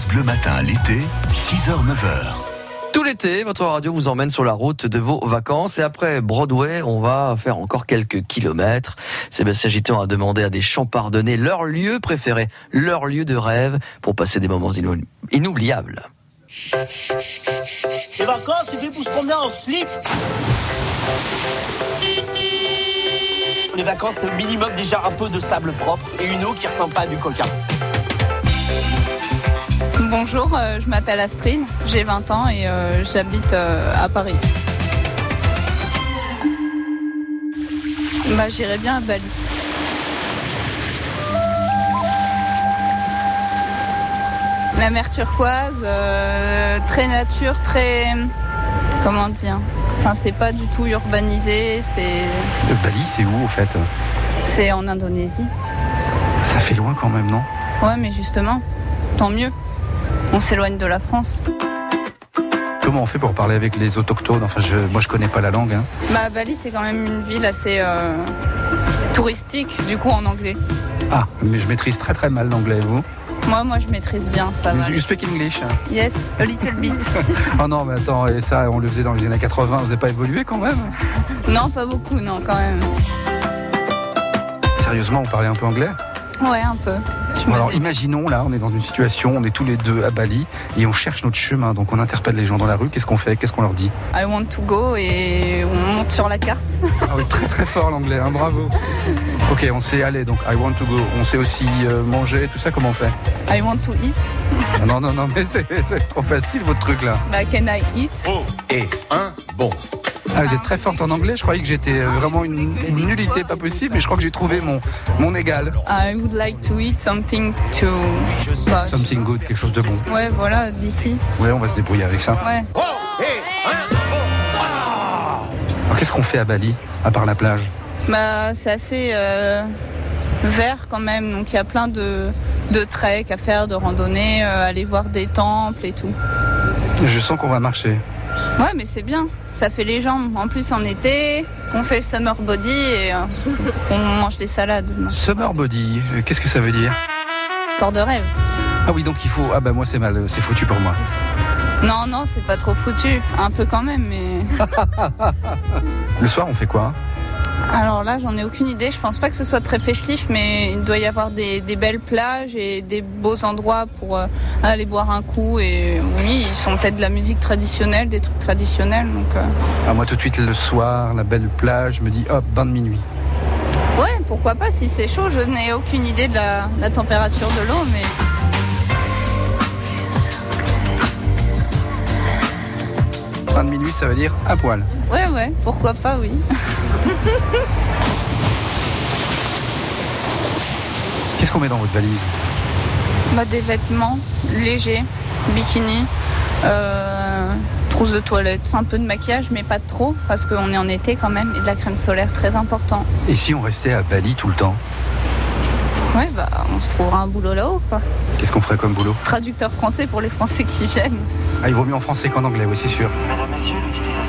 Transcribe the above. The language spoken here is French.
France Bleu Matin, l'été, 6h-9h. Tout l'été, votre radio vous emmène sur la route de vos vacances. Et après Broadway, on va faire encore quelques kilomètres. Sébastien Giton a demandé à des champardonnais leur lieu préféré, leur lieu de rêve pour passer des moments inoubliables. Les vacances, c'est fait pour se promener en slip. Les vacances, c'est le minimum déjà un peu de sable propre et une eau qui ressemble pas à du coca. Bonjour, je m'appelle Astrid, j'ai 20 ans et j'habite à Paris. J'irais bien à Bali. La mer turquoise, très nature, très... Comment dire ? Enfin, c'est pas du tout urbanisé, c'est... Bali, c'est où, au fait ? C'est en Indonésie. Ça fait loin quand même, non ? Ouais, mais justement, tant mieux. On s'éloigne de la France. Comment on fait pour parler avec les autochtones ? Enfin, moi, je connais pas la langue. Bali, c'est quand même une ville assez touristique, du coup, en anglais. Ah, mais je maîtrise très très mal l'anglais, vous ? Moi, je maîtrise bien, ça va. You speak English ? Yes, a little bit. Oh non, mais attends, et ça, on le faisait dans les années 80, vous n'avez pas évolué quand même ? Non, pas beaucoup, non, quand même. Sérieusement, vous parlez un peu anglais ? Ouais, un peu. Alors imaginons, là, on est dans une situation, on est tous les deux à Bali et on cherche notre chemin, donc on interpelle les gens dans la rue, qu'est-ce qu'on fait ? Qu'est-ce qu'on leur dit ? I want to go et on monte sur la carte. Ah oui, très très fort l'anglais, hein, bravo. Ok, on sait aller, donc I want to go. On sait aussi manger, tout ça, comment on fait ? I want to eat. Non, mais c'est trop facile votre truc là. Can I eat ? Oh, et un bon. Ah, vous êtes très forte en anglais, je croyais que j'étais vraiment une nullité pas possible, mais je crois que j'ai trouvé mon égal. I would like to eat something to... Something good, quelque chose de bon. Ouais, voilà, d'ici. Ouais, on va se débrouiller avec ça. Ouais. Oh, et un bon. Alors qu'est-ce qu'on fait à Bali, à part la plage ? C'est assez vert quand même, donc il y a plein de treks à faire, de randonnées, aller voir des temples et tout. Je sens qu'on va marcher. Ouais, mais c'est bien, ça fait les jambes. En plus, en été, on fait le summer body et on mange des salades. Summer body, qu'est-ce que ça veut dire ? Corps de rêve. Ah oui, donc il faut... Ah bah moi c'est mal, c'est foutu pour moi. Non, c'est pas trop foutu. Un peu quand même, mais... Le soir, on fait quoi ? Alors là, j'en ai aucune idée. Je pense pas que ce soit très festif, mais il doit y avoir des belles plages et des beaux endroits pour aller boire un coup. Et oui, ils sont peut-être de la musique traditionnelle, des trucs traditionnels. Donc, Ah, moi, tout de suite, le soir, la belle plage, je me dis, hop, bain de minuit. Ouais, pourquoi pas, si c'est chaud. Je n'ai aucune idée de la température de l'eau, mais... Bain de minuit, ça veut dire à poil. Ouais, pourquoi pas, oui. Qu'est-ce qu'on met dans votre valise ? Des vêtements légers, bikini, trousse de toilette, un peu de maquillage, mais pas trop, parce qu'on est en été quand même, et de la crème solaire, très important. Et si on restait à Bali tout le temps ? Ouais, on se trouvera un boulot là-haut, quoi. Qu'est-ce qu'on ferait comme boulot ? Traducteur français pour les Français qui viennent. Ah, il vaut mieux en français qu'en anglais, oui, c'est sûr. Madame, Monsieur, l'utilisateur